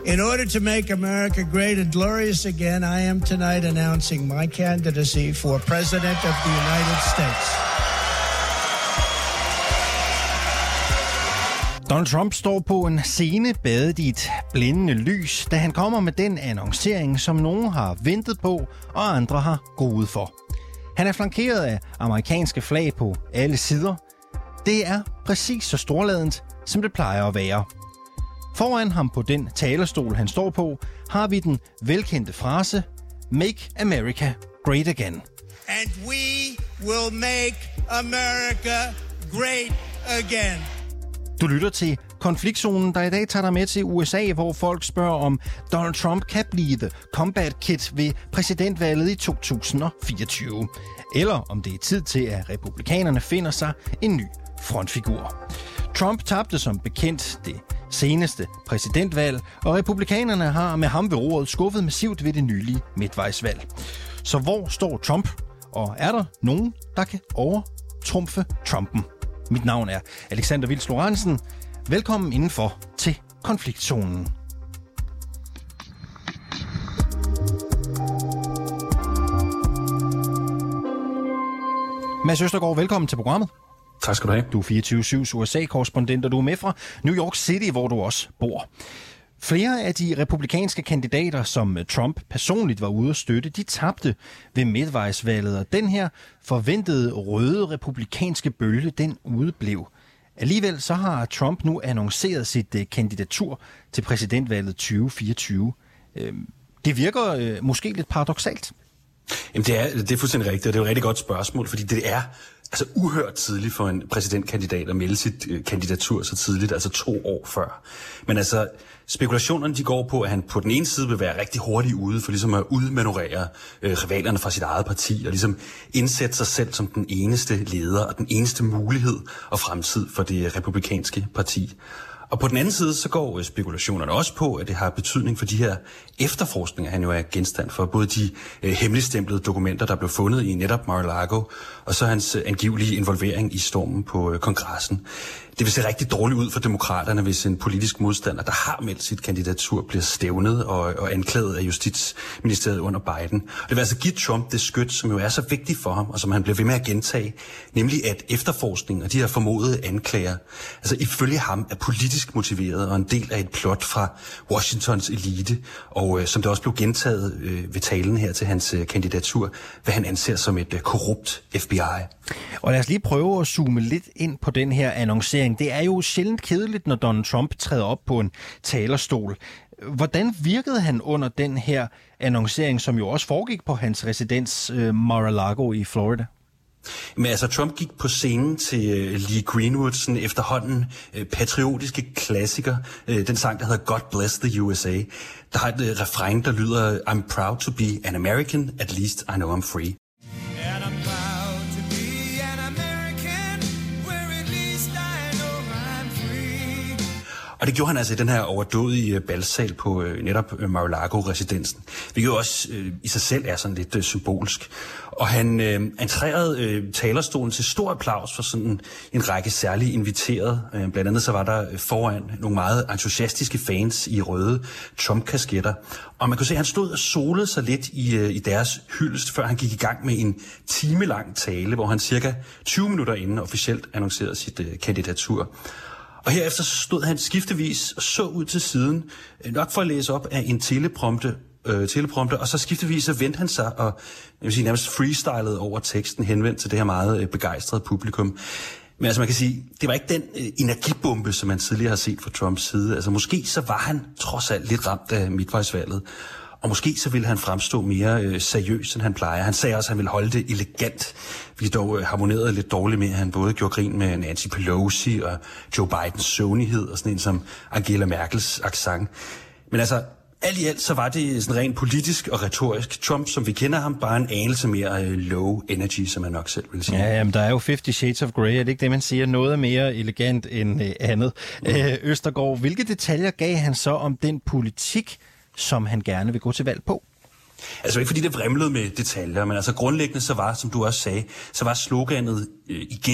In order to make America great and glorious again, I am tonight announcing my candidacy for President of the United States. Donald Trump står på en scene badet i et blændende lys, da han kommer med den annoncering, som nogen har ventet på, og andre har gået ud for. Han er flankeret af amerikanske flag på alle sider. Det er præcis så storladent, som det plejer at være. Foran ham på den talerstol, han står på, har vi den velkendte frase, Make America Great Again. And we will make America great again. Du lytter til Konfliktzonen, der i dag tager dig med til USA, hvor folk spørger, om Donald Trump kan blive the combat kid ved præsidentvalget i 2024. Eller om det er tid til, at republikanerne finder sig en ny frontfigur. Trump tabte som bekendt det seneste præsidentvalg, og republikanerne har med ham ved roret skuffet massivt ved det nylige midtvejsvalg. Så hvor står Trump? Og er der nogen, der kan overtrumfe Trumpen? Mit navn er Alexander Vils Lorentzen. Velkommen indenfor til Konfliktzonen. Mads Østergaard, velkommen til programmet. Tak skal du have. Du er 24/7's USA-korrespondent, og du er med fra New York City, hvor du også bor. Flere af de republikanske kandidater, som Trump personligt var ude at støtte, de tabte ved midtvejsvalget, og den her forventede røde republikanske bølge, den udeblev. Alligevel så har Trump nu annonceret sit kandidatur til præsidentvalget 2024. Det virker måske lidt paradoksalt. Jamen det er fuldstændig rigtigt, og det er jo et rigtig godt spørgsmål, fordi det er altså uhørt tidligt for en præsidentkandidat at melde sit kandidatur så tidligt, altså 2 år før. Men altså, spekulationerne de går på, at han på den ene side vil være rigtig hurtigt ude for ligesom at udmanøvrere rivalerne fra sit eget parti, og ligesom indsætte sig selv som den eneste leder og den eneste mulighed og fremtid for det republikanske parti. Og på den anden side, så går spekulationerne også på, at det har betydning for de her efterforskninger, han jo er genstand for. Både de hemmeligstemplede dokumenter, der blev fundet i netop Mar-a-Lago, og så hans angivelige involvering i stormen på kongressen. Det vil se rigtig dårligt ud for demokraterne, hvis en politisk modstander, der har meldt sit kandidatur, bliver stævnet og anklaget af Justitsministeriet under Biden. Og det vil altså give Trump det skyt, som jo er så vigtigt for ham, og som han bliver ved med at gentage, nemlig at efterforskningen og de her formodede anklager, altså ifølge ham er politisk motiveret og en del af et plot fra Washingtons elite, og som det også blev gentaget ved talen her til hans kandidatur, hvad han anser som et korrupt FBI. Og lad os lige prøve at zoome lidt ind på den her annoncering. Det er jo sjældent kedeligt, når Donald Trump træder op på en talerstol. Hvordan virkede han under den her annoncering, som jo også foregik på hans residens Mar-a-Lago i Florida? Men altså, Trump gik på scenen til Lee Greenwoods sådan efterhånden patriotiske klassiker. Den sang, der hedder God Bless the USA. Der har et refræn, der lyder I'm proud to be an American, at least I know I'm free. And I'm proud to be an American, where at least I know I'm free. Og det gjorde han altså i den her overdådige balsal på netop Mar-a-Lago-residensen, hvilket jo også i sig selv er sådan lidt symbolsk. Og han entrerede talerstolen til stor applaus for sådan en række særligt inviterede. Blandt andet så var der foran nogle meget entusiastiske fans i røde Trump-kasketter. Og man kunne se, at han stod og solede sig lidt i deres hyldest, før han gik i gang med en timelang tale, hvor han cirka 20 minutter inden officielt annoncerede sit kandidatur. Og herefter stod han skiftevis og så ud til siden, nok for at læse op af en teleprompter, og så skiftevis så vendte han sig og jeg vil sige, nærmest freestylede over teksten henvendt til det her meget begejstrede publikum. Men altså man kan sige, det var ikke den energibombe, som man tidligere har set fra Trumps side. Altså måske så var han trods alt lidt ramt af midtvejsvalget. Og måske så ville han fremstå mere seriøs, end han plejer. Han sagde også, at han ville holde det elegant. Vi dog harmonerede lidt dårligt med, at han både gjorde grin med Nancy Pelosi og Joe Bidens søvnighed og sådan en som Angela Merkels accent. Men altså, alt i alt så var det sådan rent politisk og retorisk. Trump, som vi kender ham, bare en anelse mere low energy, som man nok selv vil sige. Ja, jamen, der er jo 50 Shades of Grey, er det ikke det, man siger? Noget mere elegant end andet. Østergaard, hvilke detaljer gav han så om den politik, som han gerne vil gå til valg på? Altså ikke fordi det vrimlede med detaljer, men altså grundlæggende så var, som du også sagde, så var sloganet igen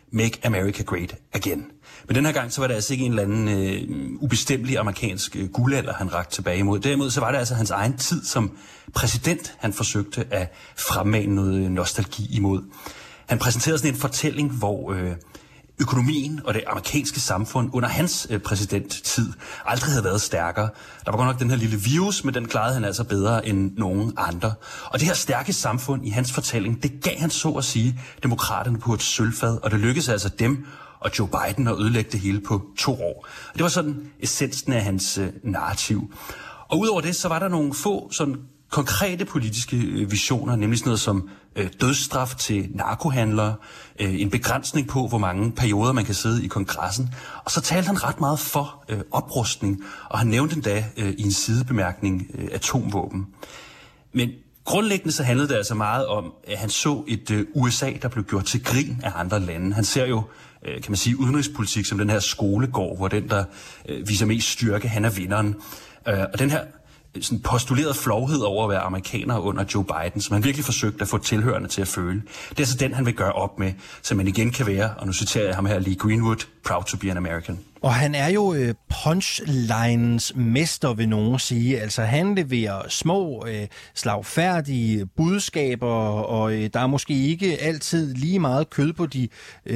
Make America Great Again. Men den her gang, så var det altså ikke en eller anden ubestemmelig amerikansk guldalder, han rakte tilbage imod. Derimod, så var det altså hans egen tid som præsident, han forsøgte at fremmane noget nostalgi imod. Han præsenterede sådan en fortælling, hvor økonomien og det amerikanske samfund under hans præsidenttid aldrig havde været stærkere. Der var godt nok den her lille virus, men den klarede han altså bedre end nogen andre. Og det her stærke samfund i hans fortælling, det gav han så at sige demokraterne på et sølvfad, og det lykkedes altså dem og Joe Biden at ødelægge det hele på 2 år. Og det var sådan essensen af hans narrativ. Og udover det, så var der nogle få sådan konkrete politiske visioner, nemlig sådan noget som dødsstraf til narkohandlere, en begrænsning på, hvor mange perioder man kan sidde i kongressen. Og så talte han ret meget for oprustning, og han nævnte endda i en sidebemærkning atomvåben. Men grundlæggende så handlede det altså meget om, at han så et USA, der blev gjort til grin af andre lande. Han ser jo, kan man sige, udenrigspolitik som den her skolegård, hvor den, der viser mest styrke, han er vinderen. Og den her sådan postuleret flovhed over at være amerikaner under Joe Biden, som han virkelig forsøgte at få tilhørende til at føle. Det er altså den, han vil gøre op med, så man igen kan være, og nu citerer jeg ham her, Lee Greenwood, proud to be an American. Og han er jo punchlines mester, vil nogen sige. Altså han leverer små, slagfærdige budskaber, og der er måske ikke altid lige meget kød på de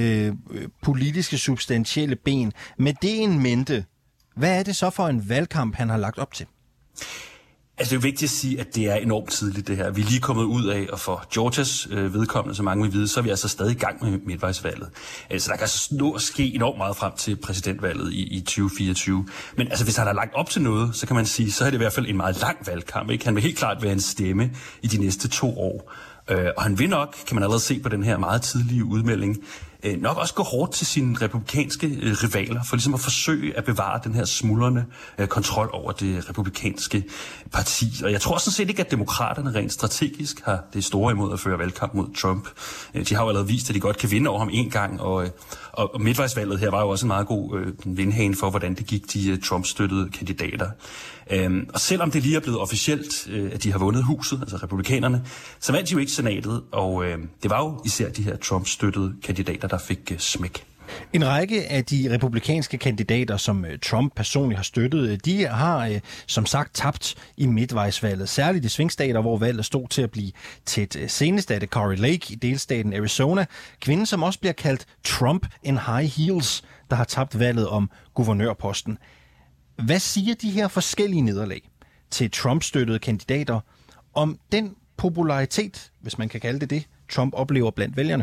politiske substantielle ben. Med det en mente, hvad er det så for en valgkamp, han har lagt op til? Altså det er jo vigtigt at sige, at det er enormt tidligt det her. Vi er lige kommet ud af, og for Georgias vedkommende, så mange vil vide, så er vi altså stadig i gang med midtvejsvalget. Så der kan altså nå at ske enormt meget frem til præsidentvalget i 2024. Men altså hvis han har lagt op til noget, så kan man sige, så er det i hvert fald en meget lang valgkamp. Ikke? Han vil helt klart være en stemme i de næste 2 år. Og han vil nok, kan man allerede se på den her meget tidlige udmelding, nok også gå hårdt til sine republikanske rivaler, for ligesom at forsøge at bevare den her smuldrende kontrol over det republikanske parti. Og jeg tror sådan set ikke, at demokraterne rent strategisk har det store imod at føre valgkamp mod Trump. De har jo allerede vist, at de godt kan vinde over ham en gang, og midtvejsvalget her var jo også en meget god vindhane for, hvordan det gik de Trump-støttede kandidater. Og selvom det lige er blevet officielt, at de har vundet huset, altså republikanerne, så vandt de jo ikke senatet, og det var jo især de her Trump-støttede kandidater, der fik smæk. En række af de republikanske kandidater, som Trump personligt har støttet, de har som sagt tabt i midtvejsvalget. Særligt i svingstater, hvor valget stod til at blive tæt. Senest er det Kari Lake i delstaten Arizona, kvinden som også bliver kaldt Trump in high heels, der har tabt valget om guvernørposten. Hvad siger de her forskellige nederlag til Trump-støttede kandidater om den popularitet, hvis man kan kalde det, Trump oplever blandt vælgerne?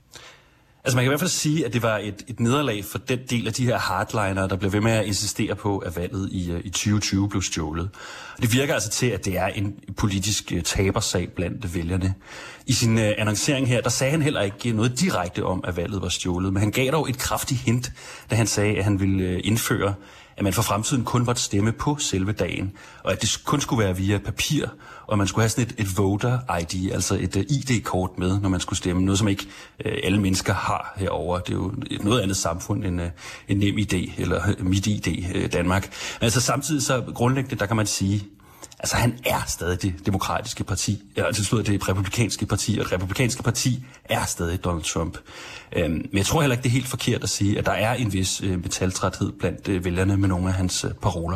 Altså man kan i hvert fald sige, at det var et nederlag for den del af de her hardlinere, der blev ved med at insistere på, at valget i 2020 blev stjålet. Og det virker altså til, at det er en politisk tabersag blandt vælgerne. I sin annoncering her, der sagde han heller ikke noget direkte om, at valget var stjålet, men han gav dog et kraftigt hint, da han sagde, at han ville indføre, at man for fremtiden kun måtte stemme på selve dagen, og at det kun skulle være via papir, og man skulle have sådan et voter-ID, altså et ID-kort med, når man skulle stemme. Noget, som ikke alle mennesker har herover. Det er jo et noget andet samfund end NemID eller MitID Danmark. Men altså samtidig så grundlæggende, der kan man sige, altså han er stadig det demokratiske parti, altså det republikanske parti, og det republikanske parti er stadig Donald Trump. Men jeg tror heller ikke, det er helt forkert at sige, at der er en vis metaltræthed blandt vælgerne med nogle af hans paroler.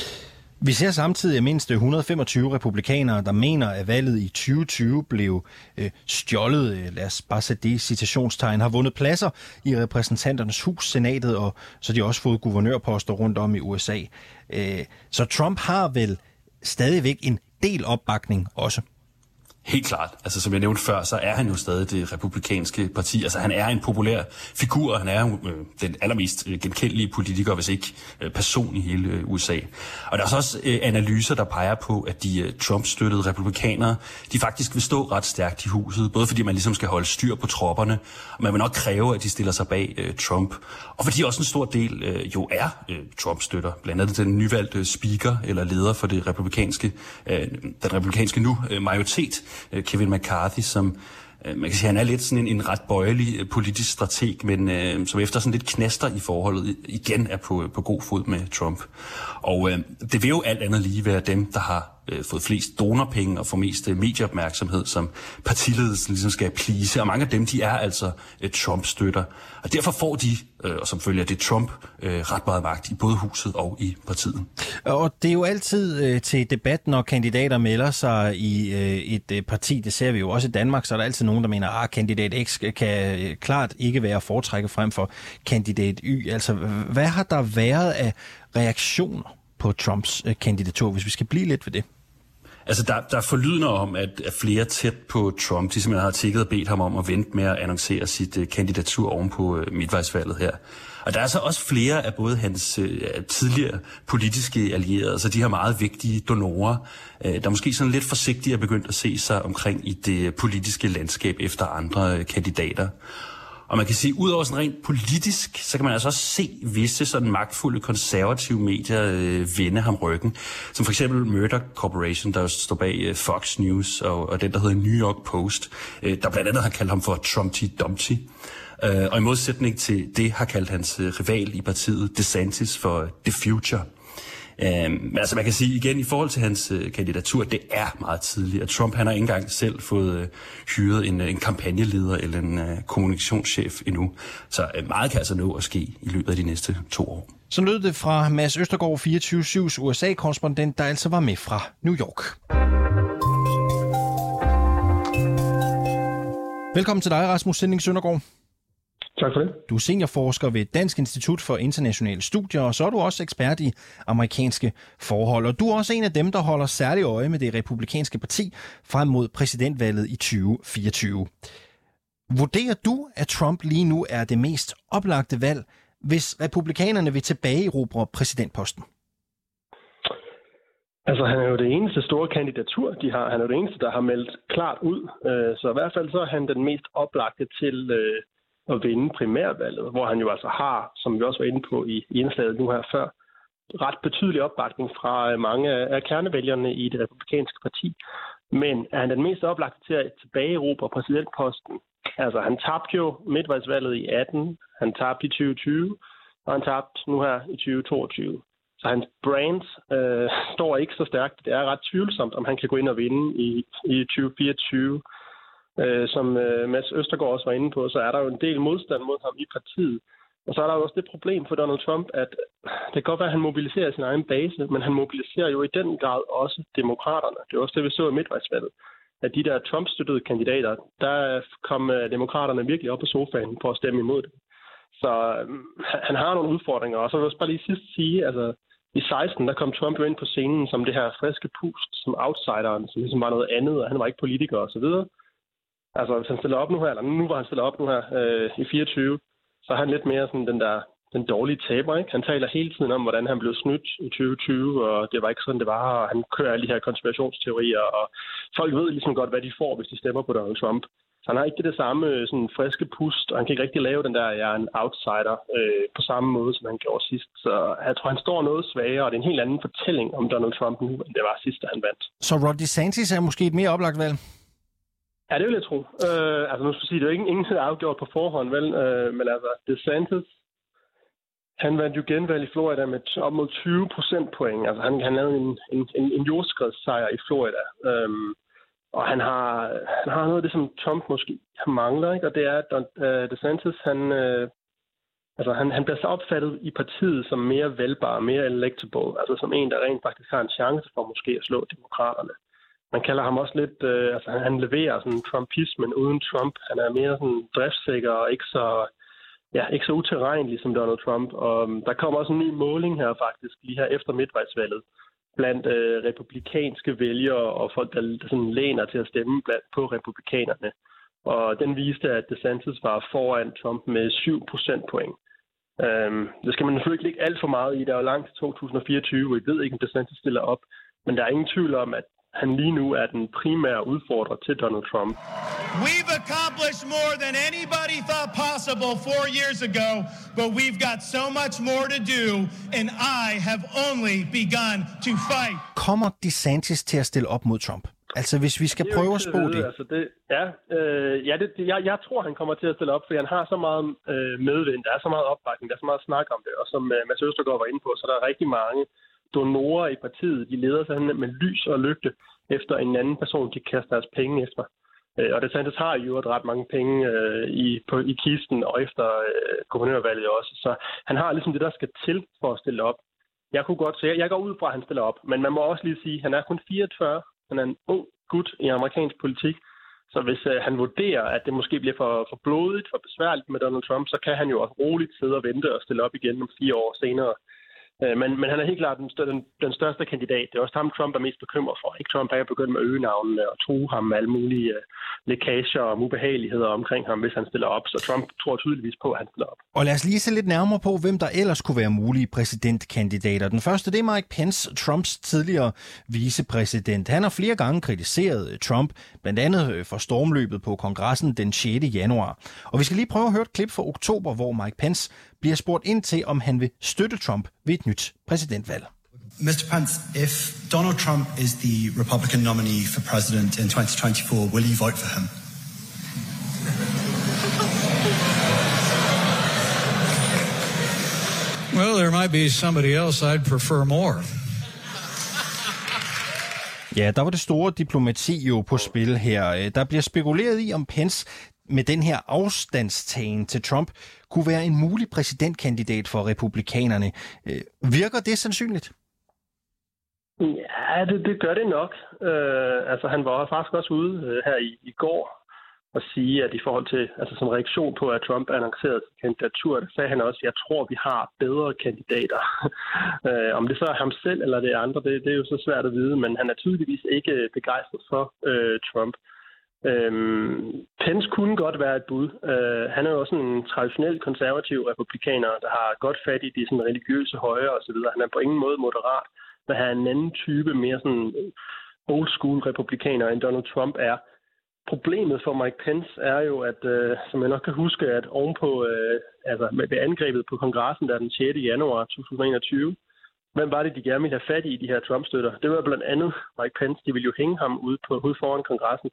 Vi ser samtidig mindst 125 republikanere, der mener, at valget i 2020 blev stjålet, lad os bare sætte det i citationstegn, har vundet pladser i repræsentanternes hus, senatet, og så har de også fået guvernørposter rundt om i USA. Så Trump har vel stadigvæk en del opbakning også. Helt klart. Altså som jeg nævnte før, så er han jo stadig det republikanske parti. Altså han er en populær figur, han er jo den allermest genkendelige politiker, hvis ikke person i hele USA. Og der er også analyser, der peger på, at de Trump-støttede republikanere, de faktisk vil stå ret stærkt i huset, både fordi man ligesom skal holde styr på tropperne, og man vil nok kræve, at de stiller sig bag Trump. Og fordi også en stor del jo er Trump-støtter, blandt andet den nyvalgte speaker eller leder for den republikanske nu majoritet, Kevin McCarthy, som man kan sige, han er lidt sådan en ret bøjelig politisk strateg, men som efter sådan lidt knaster i forholdet igen er på god fod med Trump. Og det vil jo alt andet lige være dem, der har fået flest donorpenge og får mest medieopmærksomhed, som partiledelsen ligesom skal please. Og mange af dem, de er altså Trump-støtter. Og derfor får de, og som følger det Trump, ret meget magt i både huset og i partiet. Og det er jo altid til debat, når kandidater melder sig i et parti. Det ser vi jo også i Danmark, så er der altid nogen, der mener, at kandidat X kan klart ikke være foretrækket frem for kandidat Y. Altså, hvad har der været af reaktioner på Trumps kandidatur, hvis vi skal blive lidt ved det? Altså, der er forlydende om, at flere tæt på Trump, de simpelthen har tækket og bedt ham om at vente med at annoncere sit kandidatur oven på midtvejsvalget her. Og der er så også flere af både hans tidligere politiske allierede, så de har meget vigtige donorer, der måske sådan lidt forsigtigt er begyndt at se sig omkring i det politiske landskab efter andre kandidater. Og man kan sige, udover sådan rent politisk, så kan man altså også se visse sådan magtfulde konservative medier vende ham ryggen. Som for eksempel Murdoch Corporation, der står bag Fox News, og den, der hedder New York Post, der blandt andet har kaldt ham for Trumpty Dumpty. Og i modsætning til det har kaldt hans rival i partiet DeSantis for The Future. Men altså man kan sige igen, i forhold til hans kandidatur, det er meget tidligt, at Trump han har ikke engang selv fået hyret en kampagneleder eller en kommunikationschef endnu. Så meget kan altså nå at ske i løbet af de næste 2 år. Så lød det fra Mads Østergaard, 24/7's USA-korrespondent, der altså var med fra New York. Velkommen til dig, Rasmus Sinding Søndergaard. Tak for det. Du er seniorforsker ved Dansk Institut for Internationale Studier, og så er du også ekspert i amerikanske forhold. Og du er også en af dem, der holder særlig øje med det republikanske parti frem mod præsidentvalget i 2024. Vurderer du, at Trump lige nu er det mest oplagte valg, hvis republikanerne vil tilbageerobre præsidentposten? Altså, han er jo det eneste store kandidatur, de har. Han er jo det eneste, der har meldt klart ud. Så i hvert fald så er han den mest oplagte til at vinde primærvalget, hvor han jo altså har, som vi også var inde på i indslaget nu her før, ret betydelig opbakning fra mange af kernevælgerne i det republikanske parti. Men er han den mest oplagte til at tilbageerobre præsidentposten? Altså, han tabte jo midtvejsvalget i 18, han tabte i 2020, og han tabte nu her i 2022. Så hans brand står ikke så stærkt. Det er ret tvivlsomt, om han kan gå ind og vinde i 2024. Som Mads Østergaard også var inde på, så er der jo en del modstand mod ham i partiet. Og så er der jo også det problem for Donald Trump, at det kan godt være, at han mobiliserer sin egen base, men han mobiliserer jo i den grad også demokraterne. Det er også det, vi så i midtvejsvalget. At de der Trump-støttede kandidater, der kom demokraterne virkelig op på sofaen for at stemme imod det. Så han har nogle udfordringer. Og så vil jeg også bare lige sidst sige, altså i 16, der kom Trump jo ind på scenen som det her friske pust, som outsideren, som ligesom var noget andet, og han var ikke politiker osv. Altså, hvis han stiller op nu her, eller nu var han stillet op nu her i 24, så er han lidt mere sådan den dårlige taber, ikke? Han taler hele tiden om, hvordan han blev snydt i 2020, og det var ikke sådan, det var, og han kører alle de her konspirationsteorier, og folk ved ligesom godt, hvad de får, hvis de stemmer på Donald Trump. Så han har ikke det samme sådan friske pust, og han kan ikke rigtig lave den der, jeg er en outsider, på samme måde, som han gjorde sidst. Så jeg tror, han står noget svagere, og det er en helt anden fortælling om Donald Trump nu, end det var sidst, da han vandt. Så Ron DeSantis er måske et mere oplagt valg? Ja, det vil jeg tro. Altså nu skal jeg sige, det er jo ingen der er afgjort på forhånd, vel? Men altså, DeSantis, han vandt jo genvalg i Florida med op mod 20 procentpoint. Altså han lavede en jordskredssejr i Florida. Og han har noget af det, som Trump måske mangler, ikke? Og det er, at DeSantis, han bliver så opfattet i partiet som mere valgbar, mere electable. Altså som en, der rent faktisk har en chance for måske at slå demokraterne. Man kalder ham også lidt, han leverer sådan trumpismen uden Trump. Han er mere sådan driftssikker og ikke så utilregnelig som Donald Trump. Og der kommer også en ny måling her faktisk, lige her efter midtvejsvalget, blandt republikanske vælgere og folk, der sådan læner til at stemme på republikanerne. Og den viste, at DeSantis var foran Trump med 7 procentpoint. Det skal man selvfølgelig ikke alt for meget i. Der er jo langt til 2024, og I ved ikke, om DeSantis stiller op. Men der er ingen tvivl om, at han lige nu er den primære udfordrer til Donald Trump. We've accomplished more than anybody thought possible 4 years ago, but we've got so much more to do, and I have only begun to fight. Kommer DeSantis til at stille op mod Trump? Altså, hvis vi skal prøve at spå det. Altså, jeg tror, han kommer til at stille op, fordi han har så meget medvind, der er så meget opbakning, der er så meget snak om det, og som Mads Østergaard var inde på, så der er rigtig mange donorer i partiet, de leder sig med lys og lygte efter en anden person, de kaster deres penge efter. Og DeSantis har jo ret mange penge i kisten og efter guvernørvalget også. Så han har ligesom det, der skal til for at stille op. Jeg går ud fra, at han stiller op, men man må også lige sige, at han er kun 44. Han er en ung gut i amerikansk politik. Så hvis han vurderer, at det måske bliver for blodigt, for besværligt med Donald Trump, så kan han jo også roligt sidde og vente og stille op igen om 4 år senere. Men han er helt klart den største kandidat. Det er også ham, Trump er mest bekymret for. Ikke? Trump er begyndt med øgenavnene og true ham med alle mulige lækager og ubehageligheder omkring ham, hvis han stiller op. Så Trump tror tydeligvis på, at han stiller op. Og lad os lige se lidt nærmere på, hvem der ellers kunne være mulige præsidentkandidater. Den første, det er Mike Pence, Trumps tidligere vicepræsident. Han har flere gange kritiseret Trump, blandt andet for stormløbet på kongressen den 6. januar. Og vi skal lige prøve at høre et klip fra oktober, hvor Mike Pence bliver spurgt ind til, om han vil støtte Trump ved et nyt præsidentvalg. Mr. Pence, if Donald Trump is the Republican nominee for president in 2024, will you vote for him? Well, there might be somebody else I'd prefer more. Ja, der var det store diplomati jo på spil her. Der bliver spekuleret i, om Pence med den her afstandstagen til Trump kunne være en mulig præsidentkandidat for republikanerne. Virker det sandsynligt? Ja, det gør det nok. Han var faktisk også ude her i går og sige, at i forhold til, som reaktion på, at Trump annoncerede sin kandidatur, der sagde han også, at jeg tror, vi har bedre kandidater. Om det så er ham selv eller det er andre, det er jo så svært at vide, men han er tydeligvis ikke begejstret for Trump. Pence kunne godt være et bud. Han er jo også en traditionel konservativ republikaner, der har godt fat i de sådan religiøse højre osv. Han er på ingen måde moderat, men han er en anden type, mere sådan old school republikaner, end Donald Trump er. Problemet for Mike Pence er jo, at som jeg nok kan huske, at ovenpå ved angrebet på kongressen der den 6. januar 2021, hvem var det, de gerne ville have fat i, de her Trump-støtter? Det var blandt andet Mike Pence. De ville jo hænge ham ude foran kongressen.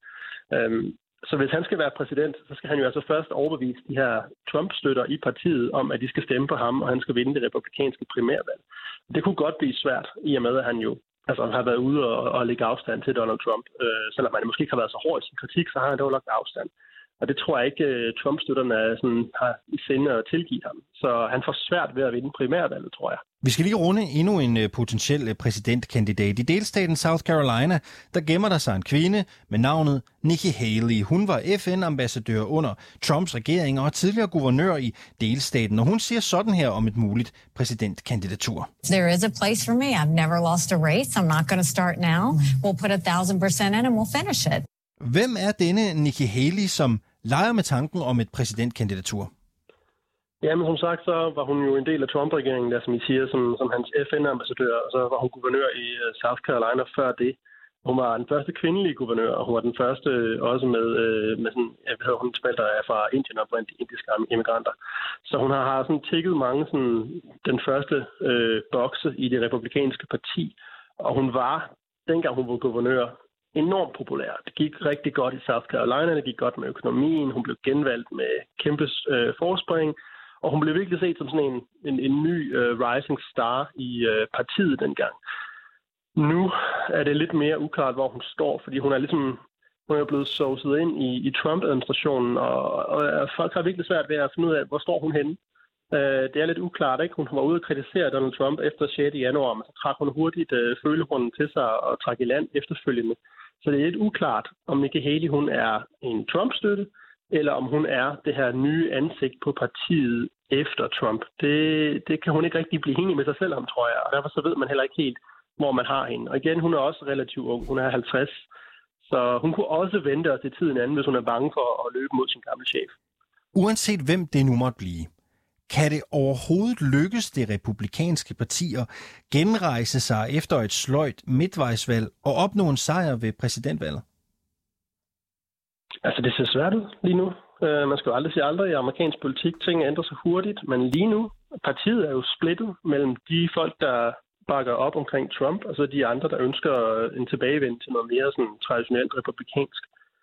Så hvis han skal være præsident, så skal han jo altså først overbevise de her Trump-støtter i partiet om, at de skal stemme på ham, og han skal vinde det republikanske primærvalg. Det kunne godt blive svært, i og med, at han jo har været ude og lægge afstand til Donald Trump. Selvom han måske ikke har været så hård i sin kritik, så har han dog lagt afstand. Og det tror jeg ikke, Trump-støtterne har i sinde at tilgive ham. Så han får svært ved at vinde primærvalget, tror jeg. Vi skal lige runde endnu en potentiel præsidentkandidat. I delstaten South Carolina, der gemmer der sig en kvinde med navnet Nikki Haley. Hun var FN-ambassadør under Trumps regering og er tidligere guvernør i delstaten. Og hun siger sådan her om et muligt præsidentkandidatur. There is a place for me. I've never lost a race. I'm not going to start now. We'll put 1,000% in and we'll finish it. Hvem er denne Nikki Haley, som leger med tanken om et præsidentkandidatur? Jamen, som sagt, så var hun jo en del af Trump-regeringen, der som I siger, som hans FN-ambassadør, og så var hun guvernør i South Carolina før det. Hun var den første kvindelige guvernør, og hun var den første også med sådan, hun spalter fra Indien og blandt de indiske immigranter. Så hun har sådan tækket mange sådan, den første bokse i det republikanske parti, og hun var, dengang hun var guvernør, enormt populær. Det gik rigtig godt i South Carolina, det gik godt med økonomien, hun blev genvalgt med kæmpe forspring, og hun blev virkelig set som sådan en ny rising star i partiet dengang. Nu er det lidt mere uklart, hvor hun står, fordi hun er blevet sovset ind i Trump-administrationen, og folk har virkelig svært ved at finde ud af, hvor står hun henne. Det er lidt uklart, ikke? Hun var ude og kritisere Donald Trump efter 6. januar, men så trak hun hurtigt følehornen til sig og trak i land efterfølgende. Så det er lidt uklart, om Nikki Haley hun er en Trump-støtte, eller om hun er det her nye ansigt på partiet efter Trump. Det kan hun ikke rigtig blive enig med sig selv om, tror jeg, og derfor så ved man heller ikke helt, hvor man har hende. Og igen, hun er også relativt ung. Hun er 50, så hun kunne også vente os til tiden anden, hvis hun er bange for at løbe mod sin gamle chef. Uanset hvem det nu måtte blive, kan det overhovedet lykkes det republikanske parti at genrejse sig efter et sløjt midtvejsvalg og opnå en sejr ved præsidentvalget? Altså, det ser svært ud lige nu. Man skal jo aldrig sige aldrig i amerikansk politik. Ting ændrer sig hurtigt, men lige nu, partiet er jo splittet mellem de folk, der bakker op omkring Trump, og så de andre, der ønsker en tilbagevend til noget mere sådan traditionelt republikansk.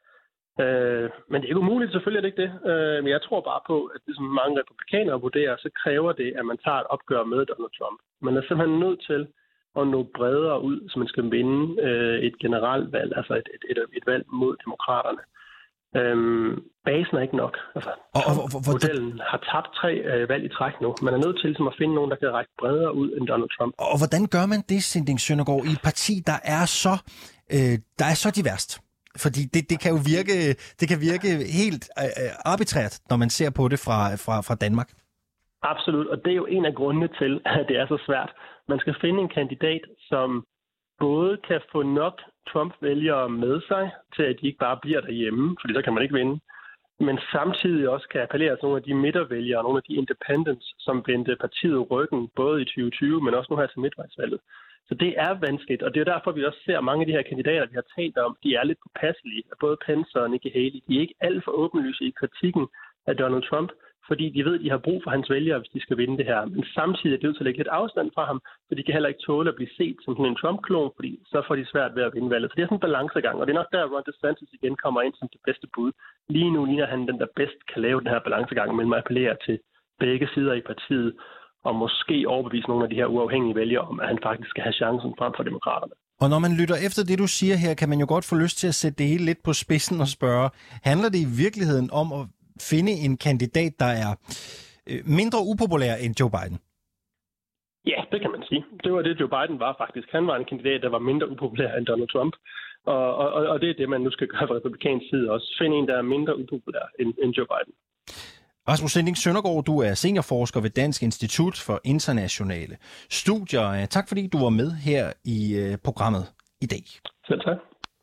Men det er ikke umuligt, selvfølgelig er det ikke det. Men jeg tror bare på, at det som mange republikanere vurderer, så kræver det, at man tager et opgør med Donald Trump. Man er simpelthen nødt til at nå bredere ud, så man skal vinde et generalvalg, altså et valg mod demokraterne. Basen er ikke nok. Altså, modellen har tabt 3 valg i træk nu. Man er nødt til ligesom, at finde nogen, der kan række bredere ud end Donald Trump. Og hvordan gør man det, Sinding Søndergaard, i et parti, der er så diverst? Fordi det kan jo virke helt arbitrært, når man ser på det fra Danmark. Absolut, og det er jo en af grundene til, at det er så svært. Man skal finde en kandidat, som både kan få nok Trump-vælgere med sig, til at de ikke bare bliver derhjemme, fordi så kan man ikke vinde, men samtidig også kan appellere til nogle af de midtervælgere, nogle af de independents, som vendte partiet ryggen, både i 2020, men også nu her til midtvejsvalget. Så det er vanskeligt, og det er derfor, vi også ser mange af de her kandidater, vi har talt om, de er lidt påpasselige. Både Pence og Nikki Haley, de er ikke alt for åbenlyse i kritikken af Donald Trump, fordi de ved, at de har brug for hans vælgere, hvis de skal vinde det her. Men samtidig er det nødt til at lægge lidt afstand fra ham, for de kan heller ikke tåle at blive set som en Trump-klon, fordi så får de svært ved at vinde valget. Så det er sådan en balancegang, og det er nok der, Ron DeSantis igen kommer ind som det bedste bud. Lige nu ligner han den, der bedst kan lave den her balancegang mellem at appellere til begge sider i partiet, og måske overbevise nogle af de her uafhængige vælgere om, at han faktisk skal have chancen frem for demokraterne. Og når man lytter efter det, du siger her, kan man jo godt få lyst til at sætte det hele lidt på spidsen og spørge, handler det i virkeligheden om at finde en kandidat, der er mindre upopulær end Joe Biden? Ja, det kan man sige. Det var det, Joe Biden var faktisk. Han var en kandidat, der var mindre upopulær end Donald Trump. Og det er det, man nu skal gøre fra republikansk side også. Finde en, der er mindre upopulær end Joe Biden. Rasmus Sinding Søndergaard, du er seniorforsker ved Dansk Institut for Internationale Studier. Tak fordi du var med her i programmet i dag. Selv tak.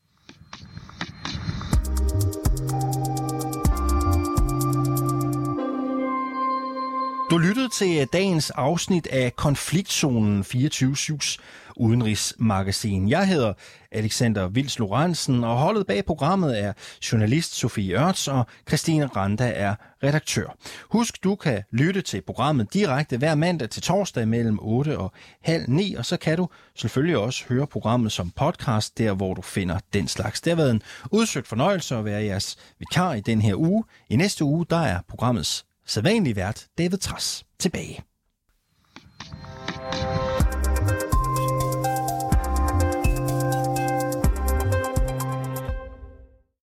Du lyttede til dagens afsnit af Konfliktzonen 24/7's udenrigsmagasin. Jeg hedder Alexander Vils Lorentzen, og holdet bag programmet er journalist Sofie Ørts, og Christine Randa er redaktør. Husk, du kan lytte til programmet direkte hver mandag til torsdag mellem 8 og halv 9, og så kan du selvfølgelig også høre programmet som podcast, der hvor du finder den slags. Det har været en udsøgt fornøjelse at være jeres vikar i den her uge. I næste uge, der er programmets sædvanlige vært David Trads tilbage.